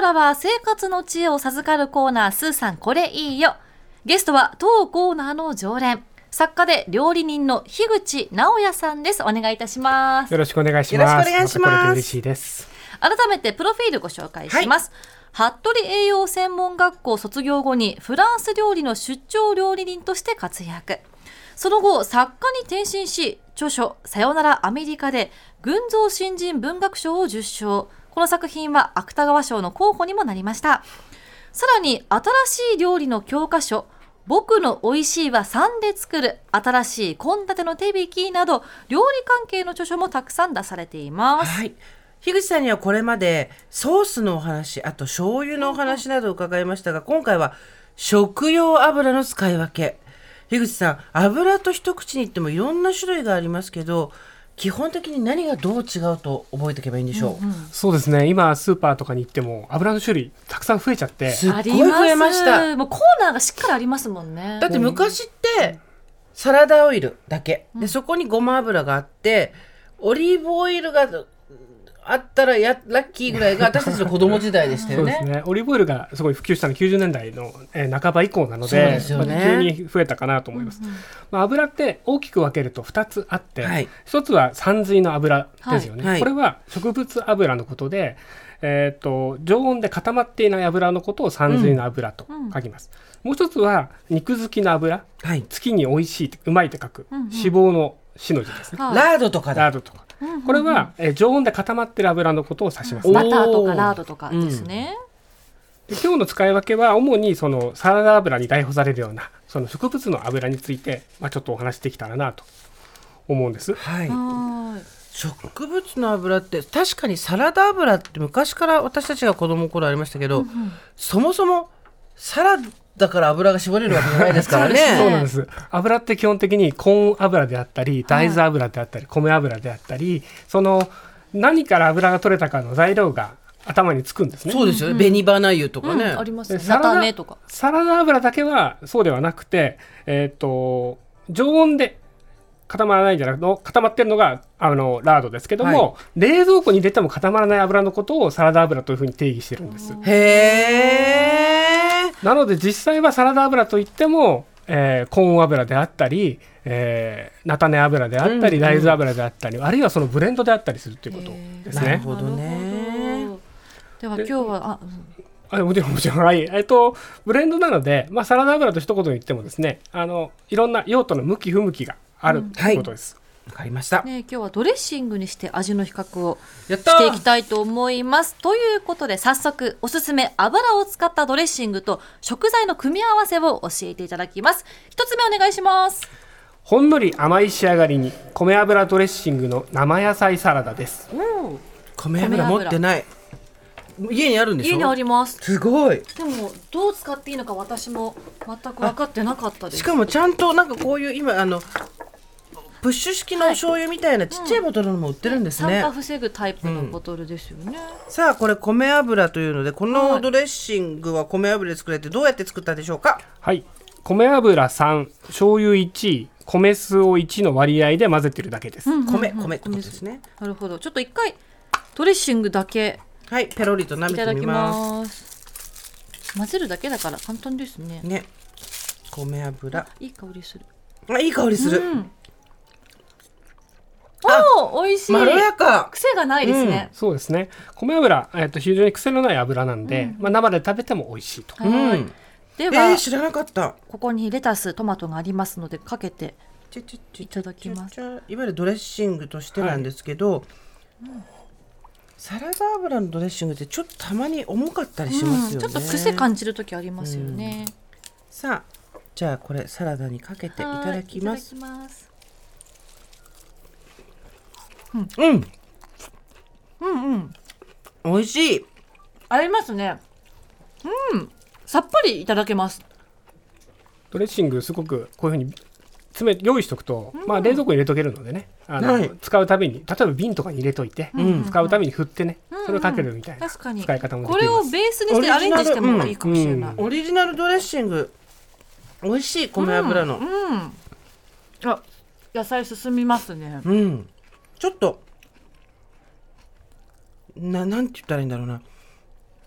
からは生活の知恵を授かるコーナー、スーさんこれいいよ。ゲストは当コーナーの常連、作家で料理人の樋口直也さんです。お願いいたします。 よろしくお願いします。 よろしくお願いします。 またこれで嬉しいです。 改めてプロフィールご紹介します。服部栄養専門学校卒業後にフランス料理の出張料理人として活躍。その後作家に転身し、著書さよならアメリカで群像新人文学賞を受賞。この作品は芥川賞の候補にもなりました。さらに新しい料理の教科書、僕の美味しいは3で作る、新しい献立の手引きなど料理関係の著書もたくさん出されています。 はい、樋口さんにはこれまでソースのお話、あと醤油のお話などを伺いましたが、今回は食用油の使い分け。樋口さん、油と一口に言ってもいろんな種類がありますけど、基本的に何がどう違うと覚えておけばいいんでしょう。 そうですね、今スーパーとかに行っても油の種類たくさん増えちゃって、 すっごい増えました。 もうコーナーがしっかりありますもんね。 だって昔ってサラダオイルだけで、そこにごま油があって、オリーブオイルがあったらラッキーぐらいが私たちの子供時代でしたよね。 そうですね、オリーブオイルがすごい普及したの90年代の半ば以降なのそうですよね、 急に増えたかなと思います。油って大きく分けると2つあって、 はい、 1つは山水の油ですよね、 はい、 これは植物油のことで、常温で固まっていない油のことを山水の油と書きます。もう一つは肉付きの油、はい、月に美味しい、うまいって書く、脂肪の死の字ですね、 ラードとかだ。 ラードとか、これは、常温で固まっている油のことを指します。 バターとかラードとかですね。 で今日の使い分けは主にそのサラダ油に代表されるようなその植物の油について、ちょっとお話しできたらなと思うんです。 はい、植物の油って確かにサラダ油って昔から私たちが子供の頃ありましたけど、そもそもサラダから油が絞れるわけじゃないですからね。 そうなんです。油って基本的にコーン油であったり大豆油であったり、米油であったり、その何から油が取れたかの材料が頭につくんですね。 そうですよね、紅花油とかね、 ありますね。 サラダ油だけはそうではなくて、常温で固まらないんじゃなくて、固まってるのがラードですけども、冷蔵庫に入れても固まらない油のことをサラダ油というふうに定義してるんです。 へー。 なので実際はサラダ油といっても、コーン油であったり、菜種油であったり、大豆油であったり、あるいはそのブレンドであったりするということですね。 なるほどね。 では今日はもちろんはい、ブレンドなので、サラダ油と一言に言ってもですね、いろんな用途の向き不向きがあるということです。 わかりました、 今日はドレッシングにして味の比較をしていきたいと思います。ということで早速おすすめ油を使ったドレッシングと食材の組み合わせを教えていただきます。一つ目お願いします。 ほんのり甘い仕上がりに米油ドレッシングの生野菜サラダです。 米油持ってない。家にあるんでしょ。 家にあります。 すごい。 でもどう使っていいのか私も全く分かってなかったです。 しかもちゃんとなんかこういう今プッシュ式の醤油みたいなちっちゃいボトルのも売ってるんですね。 酸化防ぐタイプのボトルですよね。 さあこれ米油というので、このドレッシングは米油で作られて、どうやって作ったでしょうか。 はい、米油3、醤油1、米酢を1の割合で混ぜてるだけです。 米ってことですね。 なるほど。ちょっと一回ドレッシングだけペロリと舐めてみます。 混ぜるだけだから簡単ですね。 米油、 いい香りする。 いい香りする。 美味しい。 まろやか。 癖がないですね。 そうですね。米油、非常に癖のない油なんで、生で食べても美味しいと。 では、 知らなかった。 ここにレタス、トマトがありますのでかけていただきます。 いわゆるドレッシングとしてなんですけど、サラダ油のドレッシングってちょっとたまに重かったりしますよね。 ちょっと癖感じる時ありますよね。 さあ、じゃあこれサラダにかけていただきます。美味しい。 合いますね。さっぱりいただけます。 ドレッシングすごくこういうふうに用意しとくと、冷蔵庫に入れとけるのでね、使うたびに、例えば瓶とかに入れといて、使うたびに振ってね、それをかけるみたいな使い方もできます。 これをベースにしてアレンジしてもいいかもしれない。 オリジナルドレッシング美味しい。米油の、 野菜進みますね。 ちょっとなんて言ったらいいんだろうな、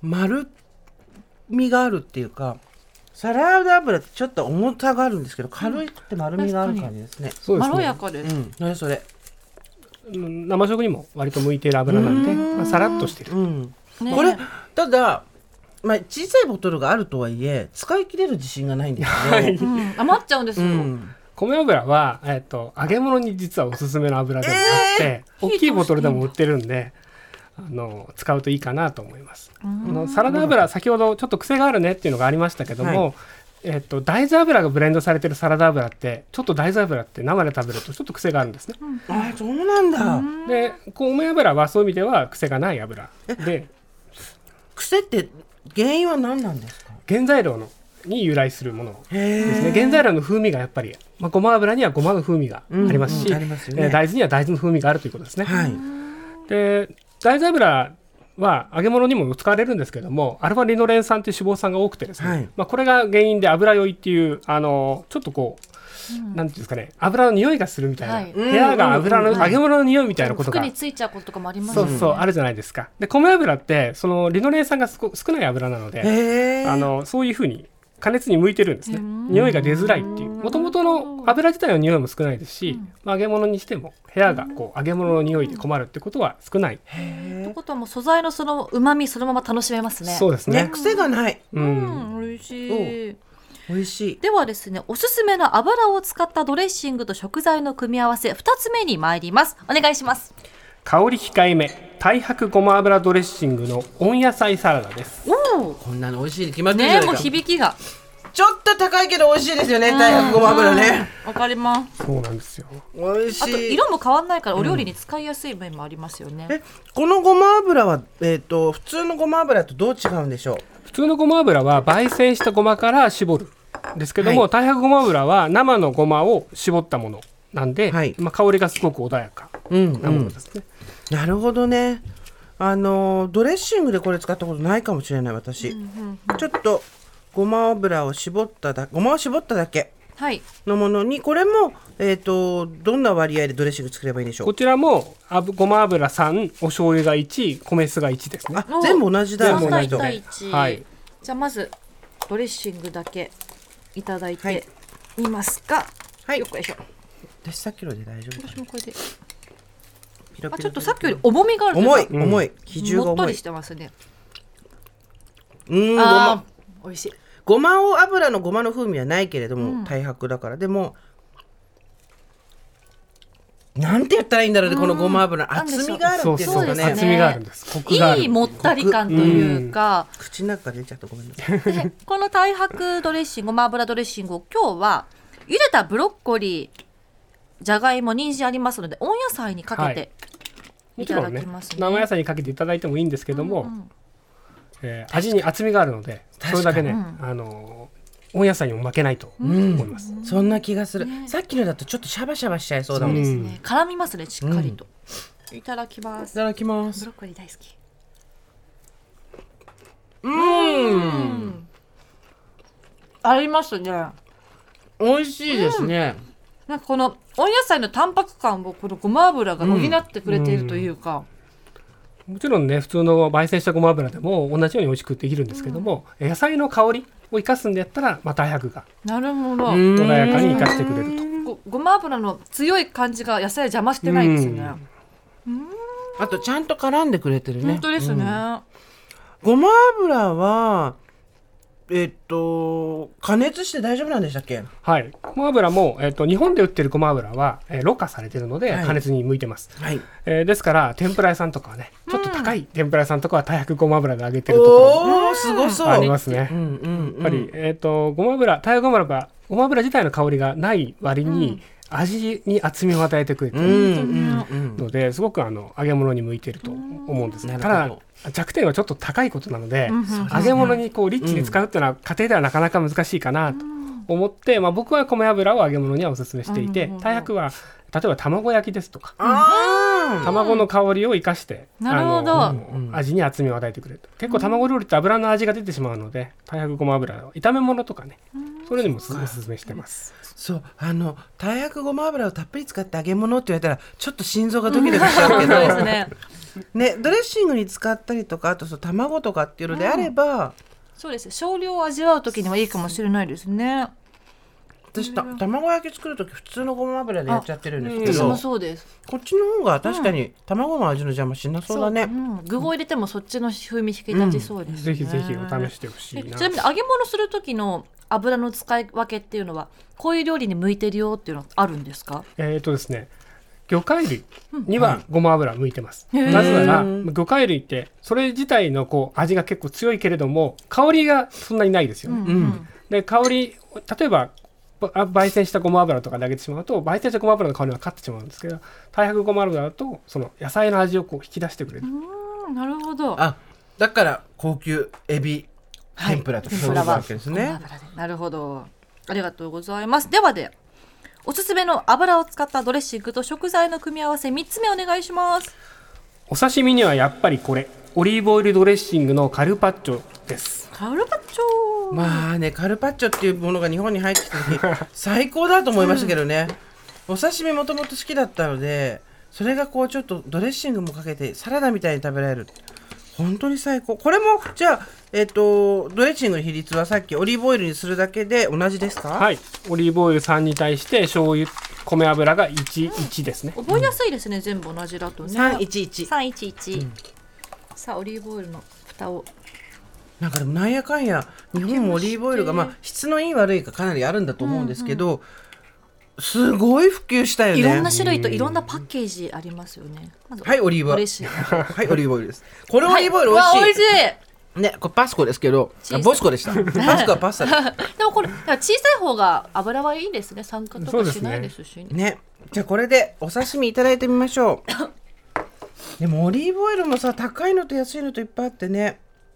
丸みがあるっていうか、サラダ油ってちょっと重さがあるんですけど、軽くて丸みがある感じですね。 そうですね。 まろやかです。 何それ。 生食にも割と向いている油なんで、まあ、さらっとしてる。 ねこれただ、まあ、小さいボトルがあるとはいえ使い切れる自信がないんですけど、 余っちゃうんですよ。 米油は、揚げ物に実はおすすめの油でもあって、大きいボトルでも売ってるんで、使うといいかなと思います。サラダ油、先ほどちょっと癖があるねっていうのがありましたけども、大豆油がブレンドされてるサラダ油ってちょっと大豆油って生で食べるとちょっと癖があるんですね。 あ、そうなんだ。 で米油はそういう意味では癖がない油で、 癖って原因は何なんですか？ 原材料に由来するものですね。原材料の風味がやっぱり、ごま油にはごまの風味がありますし、大豆には大豆の風味があるということですね。で大豆油は揚げ物にも使われるんですけども、アルファリノレン酸という脂肪酸が多くてですね、これが原因で油酔いっていうちょっとこう、なんていうんですかね、油の匂いがするみたいな、部屋が油の揚げ物の匂いみたいなことが服についちゃうこととかもありますよね。 そうあるじゃないですか。で米油ってそのリノレン酸が少ない油なので、そういうふうに加熱に向いてるんですね。匂いが出づらいっていう、もともとの油自体の匂いも少ないですし、揚げ物にしても部屋がこう揚げ物の匂いで困るってことは少ない。 ということはもう素材のその旨味そのまま楽しめますね。 そうですね。 癖がない。 美味しい。 美味しい。 ではですね、おすすめの油を使ったドレッシングと食材の組み合わせ2つ目に参ります。お願いします。 香り控えめ太白ごま油ドレッシングの温野菜サラダです。 こんなの美味しいに決まってるじゃないか。 もう響きがちょっと高いけど美味しいですよね、太白ごま油ね。 わかります。 そうなんですよ。 美味しい。 あと色も変わんないからお料理に使いやすい面もありますよね。 このごま油は、普通のごま油とどう違うんでしょう？ 普通のごま油は焙煎したごまから絞るんですけども、太白ごま油は生のごまを絞ったものなんで、香りがすごく穏やかなものですね。 なるほどね。ドレッシングでこれ使ったことないかもしれない私。ちょっとごま油を絞っただけのものに、これも、どんな割合でドレッシング作ればいいでしょう？ こちらもごま油3、お醤油が1、米酢が1ですね。 全部同じだ。 3対1、はい、じゃあまずドレッシングだけいただいてみますか。はい、よっこいしょ。 私さっきので大丈夫？ 私もこれでちょっとさっきより重みがある。 重い、比重が重い。 もっとりしてますね。 ごま美味しい。 ごま油のごまの風味はないけれども、太白だから。でもなんて言ったらいいんだろうね、このごま油の厚みがあるっていうのがね。 厚みがあるんです。コクがある。 いいもったり感というか、 口の中出ちゃったごめんなさい。 この太白ドレッシング、ごま油ドレッシングを今日は茹でたブロッコリー、じゃがいも、人参ありますので温野菜にかけていただきますね。 生野菜にかけていただいてもいいんですけども、味に厚みがあるので、それだけね、温野菜にも負けないと思います。 そんな気がする。さっきのだとちょっとシャバシャバしちゃいそうだもんですね。絡みますね、しっかりと。いただきます。 いただきます。 ブロッコリー大好き。ありますね。 美味しいですね。 なんかこの温野菜の淡白感をこのごま油が補ってくれているというか、 もちろんね、普通の焙煎したごま油でも同じように美味しくできるんですけども、野菜の香りを生かすんでやったら、太白がなるほど穏やかに生かしてくれると。 ごま油の強い感じが野菜を邪魔してないですね。 あとちゃんと絡んでくれてるね。 本当ですね。 ごま油は加熱して大丈夫なんでしたっけ？ はい。ごま油も、日本で売ってるごま油は、ろ過されてるので加熱に向いてます。ですから天ぷら屋さんとかはね、ちょっと高い天ぷら屋さんとかは太白ごま油で揚げてるところすごそうありますね。やっぱりごま油、太白ごま油自体の香りがない割に、味に厚みを与えてくれてるので、すごく揚げ物に向いてると思うんですね。ただ弱点はちょっと高いことなので、揚げ物にこうリッチに使うっていうのは家庭ではなかなか難しいかなと思って、僕は米油を揚げ物にはおすすめしていて、太白は例えば卵焼きですとか、卵の香りを生かして味に厚みを与えてくれる。結構卵料理って油の味が出てしまうので、太白ごま油を炒め物とかね、それにもおすすめしてます。 そう太白ごま油をたっぷり使って揚げ物って言われたらちょっと心臓がドキドキしちゃうけど、 ね、ドレッシングに使ったりとか、あと卵とかっていうのであれば、 そうですね、少量を味わう時にはいいかもしれないですね。 私卵焼き作る時普通のごま油でやっちゃってるんですけ私もど、 そうです。 こっちの方が確かに卵の味の邪魔しなそうだね。 具を入れてもそっちの風味引き立ちそうですね。 ぜひぜひお試してほしいな。 ちなみに揚げ物する時の油の使い分けっていうのはこういう料理に向いてるよっていうのはあるんですか？ ですね、魚介類にはごま油向いてます。 へーなぜなら魚介類ってそれ自体のこう味が結構強いけれども香りがそんなにないですよね。で香り、例えば焙煎したごま油とかで揚げてしまうと焙煎したごま油の香りが勝ってしまうんですけど、太白ごま油だとその野菜の味をこう引き出してくれる。 なるほど。 だから高級エビ天ぷらとかそういうわけですね。 ごま油で。なるほど。ありがとうございます。ではおすすめの油を使ったドレッシングと食材の組み合わせ3つ目お願いします。 お刺身にはやっぱりこれオリーブオイルドレッシングのカルパッチョです。 カルパッチョ。 まあね、カルパッチョっていうものが日本に入ってきた時最高だと思いましたけどね、お刺身もともと好きだったので、それがこうちょっとドレッシングもかけてサラダみたいに食べられる、本当に最高。これもじゃあ、ドレッシングの比率はさっきオリーブオイルにするだけで同じですか？ はい、オリーブオイル3に対して醤油米油が 1ですね。 覚えやすいですね、全部同じだとね。 311。 311、さあオリーブオイルの蓋を。 なんかでもなんやかんや日本もオリーブオイルが、まあ、質のいい悪いがかなりあるんだと思うんですけど、すごい普及したよね。 いろんな種類といろんなパッケージありますよね。まずはいオリーブオイル嬉しい。 はいオリーブオイルです。これオリーブオイル美味しい、 美味しい。 ね、これパスコですけど、ボスコでした。パスコはパスタですでもこれ小さい方が油はいいですね。酸化とかしないですしね。じゃあこれでお刺身いただいてみましょう。でもオリーブオイルもさ、高いのと安いのといっぱいあってね、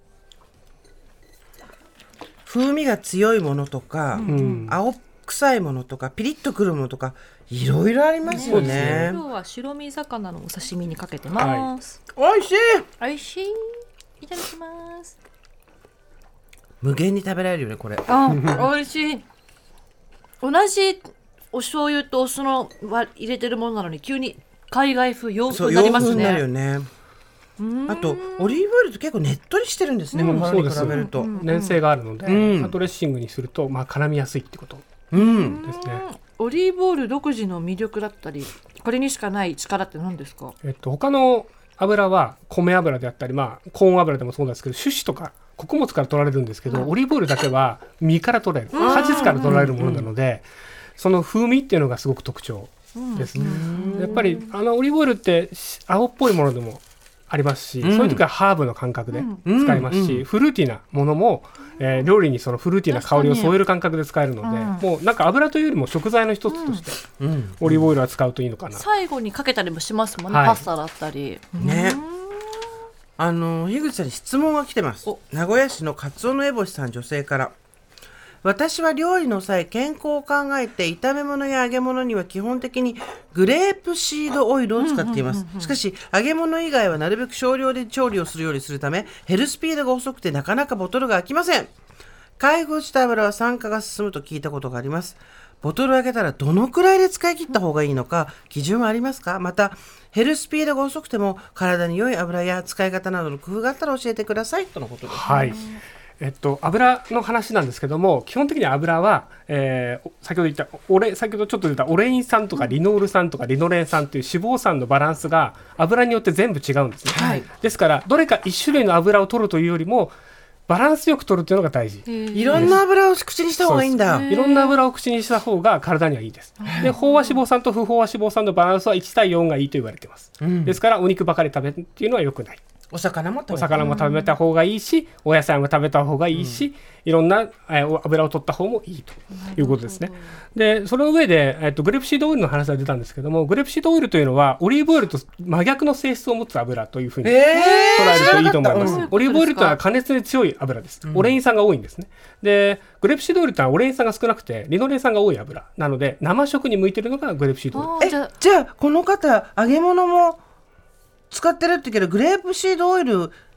風味が強いものとか、青臭いものとかピリッとくるものとかいろいろありますよね。 今日は白身魚のお刺身にかけてます。 おいしい。 おいしい。いただきます。 無限に食べられるよねこれ。 おいしい。同じお醤油とお酢の入れてるものなのに急に海外風洋風になりますね。 洋風になるよね。あとオリーブオイルって結構ねっとりしてるんですね、他に比べると。 粘性があるので、ドレッシングにすると絡みやすいってことですね。 オリーブオイル独自の魅力だったりこれにしかない力って何ですか？ 他の油は米油であったり、コーン油でもそうなんですけど種子とか穀物から取られるんですけど、オリーブオイルだけは実から取れる、果実から取られるものなので、その風味っていうのがすごく特徴ですね。やっぱりオリーブオイルって青っぽいものでもありますし、そういう時はハーブの感覚で使いますし、フルーティーなものも、料理にそのフルーティーな香りを添える感覚で使えるので、もうなんか油というよりも食材の一つとして、オリーブオイルは使うといいのかな。 最後にかけたりもしますもんね、パスタだったりね。樋口さんに質問が来てます。名古屋市のカツオノエボシさん、女性から。私は料理の際、健康を考えて炒め物や揚げ物には基本的にグレープシードオイルを使っています。しかし揚げ物以外はなるべく少量で調理をするようにするため、減るスピードが遅くてなかなかボトルが開きません。開封した油は酸化が進むと聞いたことがあります。ボトルを開けたらどのくらいで使い切った方がいいのか基準はありますか？また減るスピードが遅くても体に良い油や使い方などの工夫があったら教えてくださいとのことです。 はい、油の話なんですけども、基本的に油は、先ほどちょっと言ったオレイン酸とかリノール酸とかリノレン酸という脂肪酸のバランスが油によって全部違うんですね。ですからどれか一種類の油を取るというよりもバランスよく取るというのが大事。 いろんな油を口にした方がいいんだ。 いろんな油を口にした方が体にはいいです。で、飽和脂肪酸と不飽和脂肪酸のバランスは1対4がいいと言われています。ですからお肉ばかり食べるっていうのは良くない。 お魚も食べた方がいいし、お野菜も食べた方がいいし、いろんな油を取った方もいいということですね。で、その上で、グレープシードオイルの話が出たんですけども、グレープシードオイルというのはオリーブオイルと真逆の性質を持つ油というふうに捉えるといいと思います。オリーブオイルというのは加熱に強い油です。オレイン酸が多いんですね。で、グレープシードオイルというのはオレイン酸が少なくてリノレン酸が多い油なので、生食に向いているのがグレープシードオイル。 じゃあこの方揚げ物も使ってるって言うけど、グレープシードオイル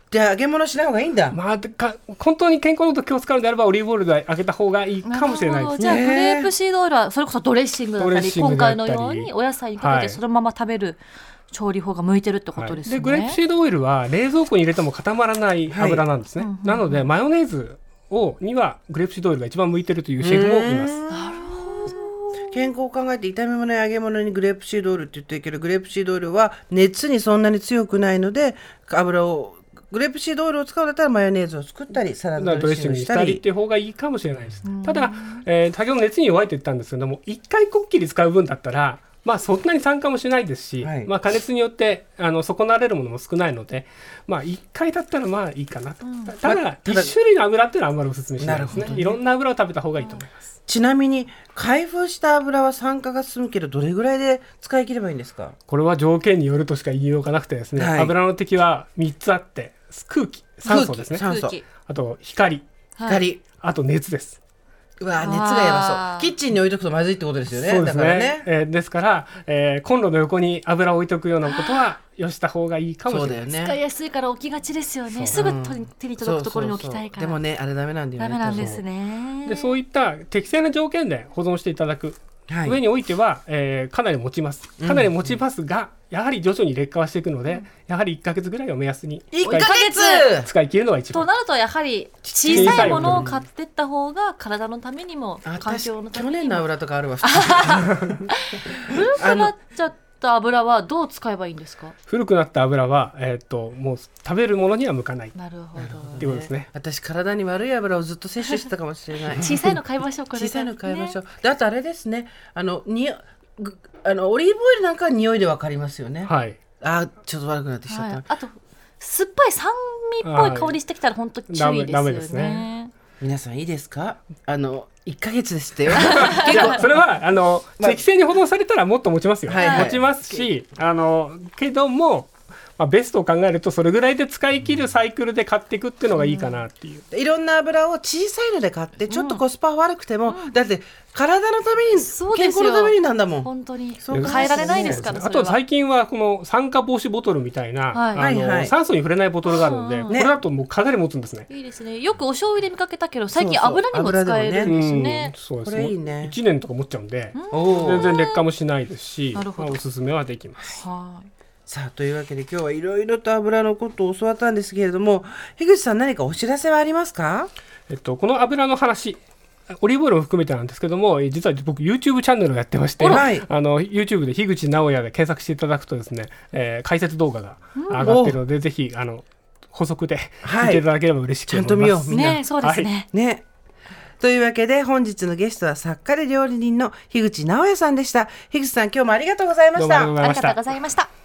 で揚げ物しない方がいいんだ。 まあ、本当に健康のこと気を使うのであればオリーブオイルで揚げた方がいいかもしれないですね。 じゃあグレープシードオイルはそれこそドレッシングだったり今回のようりにお野菜にかけてそのまま食べる調理法が向いてるってことですね。 でグレープシードオイルは冷蔵庫に入れても固まらない油なんですね、なのでマヨネーズにはグレープシードオイルが一番向いてるというシェフもいます。 なるほど。 健康を考えて炒め物や揚げ物にグレープシードオイルって言ってるけど、グレープシードオイルは熱にそんなに強くないので、グレープシードオイルを使うんだったらマヨネーズを作ったりサラダドレッシングにしたりっていう方がいいかもしれないです。ただ、先ほど熱に弱いと言ったんですけども、1回こっきり使う分だったらまあそんなに酸化もしないですし、まあ加熱によって損なわれるものも少ないので、まあ1回だったらまあいいかなと。ただ1種類の油っていうのはあんまりおすすめしないですね。いろんな油を食べた方がいいと思います。 ちなみに開封した油は酸化が進むけどどれぐらいで使い切ればいいんですか？ これは条件によるとしか言いようがなくてですね、油の敵は3つあって、空気、酸素ですね、あと光、あと熱です。 うわ熱がやばそう。キッチンに置いとくとまずいってことですよね。 そうですね。 だからね、 ですから、コンロの横に油を置いとくようなことはよした方がいいかもしれない。 使いやすいから置きがちですよね。すぐ手に届くところに置きたいから。 でもねあれダメなんだよね。 ダメなんですね。 でそういった適正な条件で保存していただく上においては、かなり持ちます。かなり持ちますが、やはり徐々に劣化はしていくので、やはり1ヶ月ぐらいを目安に 1ヶ月使い切るのが一番。 となるとやはり小さいものを買っていった方が体のためにも環境のためにも。 去年の油とかあるわ。 古くなっちゃった油はどう使えばいいんですか？ 古くなった油は、もう食べるものには向かない。 なるほど。 っていうことですね。 私体に悪い油をずっと摂取してたかもしれない。 小さいの買いましょう。これ小さいの買いましょう。であとあれですね。オリーブオイルなんかは匂いでわかりますよね。 はい。 ちょっと悪くなってきちゃった。 あと酸っぱい酸味っぽい香りしてきたら本当注意ですよね。 ダメですね。 皆さんいいですか？1ヶ月ですってよ。 結構それは適正に保存されたらもっと持ちますよ。持ちますし、けども。ベストを考えるとそれぐらいで使い切るサイクルで買っていくっていうのがいいかなっていう、 いろんな油を小さいので買ってちょっとコスパ悪くても、だって体のために健康のためになんだもん。 本当に変えられないですから。 あと最近はこの酸化防止ボトルみたいな、酸素に触れないボトルがあるので、これだともうかなり持つんですね。 いいですね。よくお醤油で見かけたけど最近油にも使えるんですね。 そうです。 これいいね。 1年とか持っちゃうんで全然劣化もしないですし、おすすめはできます。 さあというわけで今日はいろいろと油のことを教わったんですけれども、樋口さん何かお知らせはありますか？ この油の話、オリーブオイルも含めてなんですけども、実は僕 YouTube チャンネルをやってまして、YouTube で樋口直哉で検索していただくとですね、解説動画が上がっているので、ぜひ補足で見ていただければ嬉しく思います。 ちゃんと見ようみんな。 ね、そうですね。 ね。というわけで本日のゲストは作家で料理人の樋口直哉さんでした。樋口さん今日もありがとうございました。 ありがとうございました。